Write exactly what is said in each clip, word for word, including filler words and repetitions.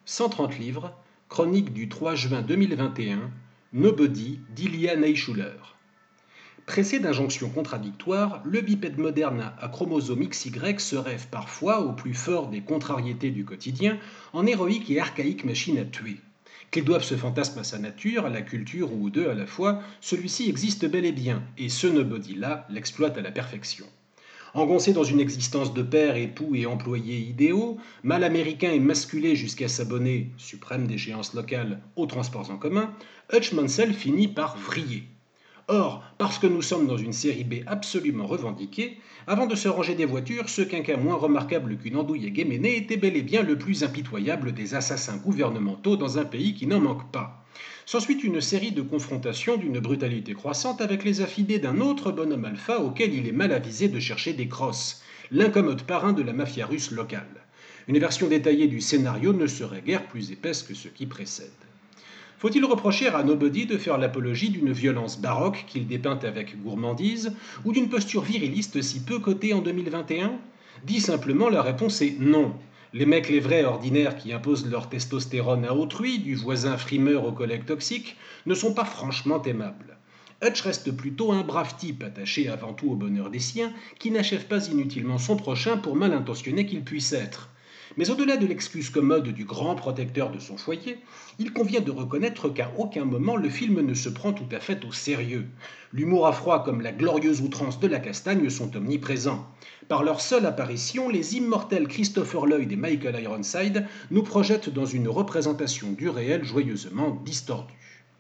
cent trente livres, chronique du trois juin deux mille vingt et un, Nobody d'Ilya Naishuller. Pressé d'injonctions contradictoires, le bipède moderne à chromosome X Y se rêve parfois, au plus fort des contrariétés du quotidien, en héroïque et archaïque machine à tuer. Qu'il doive ce fantasme à sa nature, à la culture ou aux deux à la fois, celui-ci existe bel et bien, et ce Nobody-là l'exploite à la perfection. Engoncé dans une existence de père, époux et employé idéaux, mal américain et masculé jusqu'à s'abonner, suprême déchéance locale, aux transports en commun, Hutch Mansell finit par vriller. Or, parce que nous sommes dans une série B absolument revendiquée, avant de se ranger des voitures, ce quinquin moins remarquable qu'une andouille à Guéménée était bel et bien le plus impitoyable des assassins gouvernementaux dans un pays qui n'en manque pas. S'ensuit une série de confrontations d'une brutalité croissante avec les affidés d'un autre bonhomme alpha auquel il est mal avisé de chercher des crosses, l'incommode parrain de la mafia russe locale. Une version détaillée du scénario ne serait guère plus épaisse que ce qui précède. Faut-il reprocher à Nobody de faire l'apologie d'une violence baroque qu'il dépeint avec gourmandise, ou d'une posture viriliste si peu cotée en deux mille vingt et un? Dit simplement, la réponse est non. Les mecs les vrais ordinaires qui imposent leur testostérone à autrui, du voisin frimeur au collègue toxique, ne sont pas franchement aimables. Hutch reste plutôt un brave type attaché avant tout au bonheur des siens, qui n'achève pas inutilement son prochain pour mal intentionné qu'il puisse être. Mais au-delà de l'excuse commode du grand protecteur de son foyer, il convient de reconnaître qu'à aucun moment le film ne se prend tout à fait au sérieux. L'humour à froid comme la glorieuse outrance de la castagne sont omniprésents. Par leur seule apparition, les immortels Christopher Lloyd et Michael Ironside nous projettent dans une représentation du réel joyeusement distordue.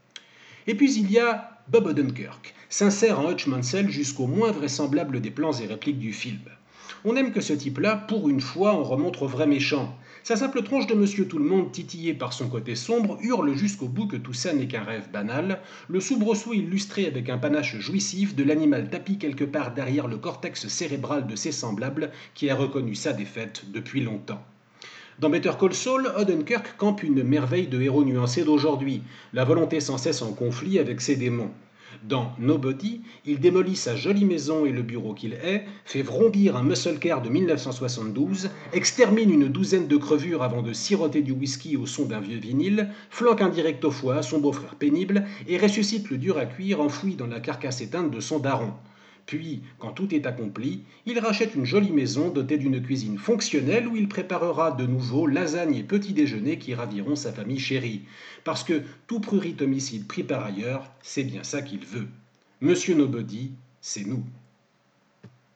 Et puis il y a Bob Odenkirk, sincère en Hutch Mansell jusqu'au moins vraisemblable des plans et répliques du film. On aime que ce type-là, pour une fois, on remontre au vrai méchant. Sa simple tronche de monsieur tout-le-monde, titillé par son côté sombre, hurle jusqu'au bout que tout ça n'est qu'un rêve banal, le soubresaut illustré avec un panache jouissif de l'animal tapi quelque part derrière le cortex cérébral de ses semblables qui a reconnu sa défaite depuis longtemps. Dans Better Call Saul, Odenkirk campe une merveille de héros nuancé d'aujourd'hui, la volonté sans cesse en conflit avec ses démons. Dans Nobody, il démolit sa jolie maison et le bureau qu'il est, fait vrombir un muscle car de mille neuf cent soixante-douze, extermine une douzaine de crevures avant de siroter du whisky au son d'un vieux vinyle, flanque un direct au foie à son beau-frère pénible et ressuscite le dur à cuire enfoui dans la carcasse éteinte de son daron. Puis, quand tout est accompli, il rachète une jolie maison dotée d'une cuisine fonctionnelle où il préparera de nouveau lasagne et petit déjeuner qui raviront sa famille chérie. Parce que tout prurit homicide pris par ailleurs, c'est bien ça qu'il veut. Monsieur Nobody, c'est nous.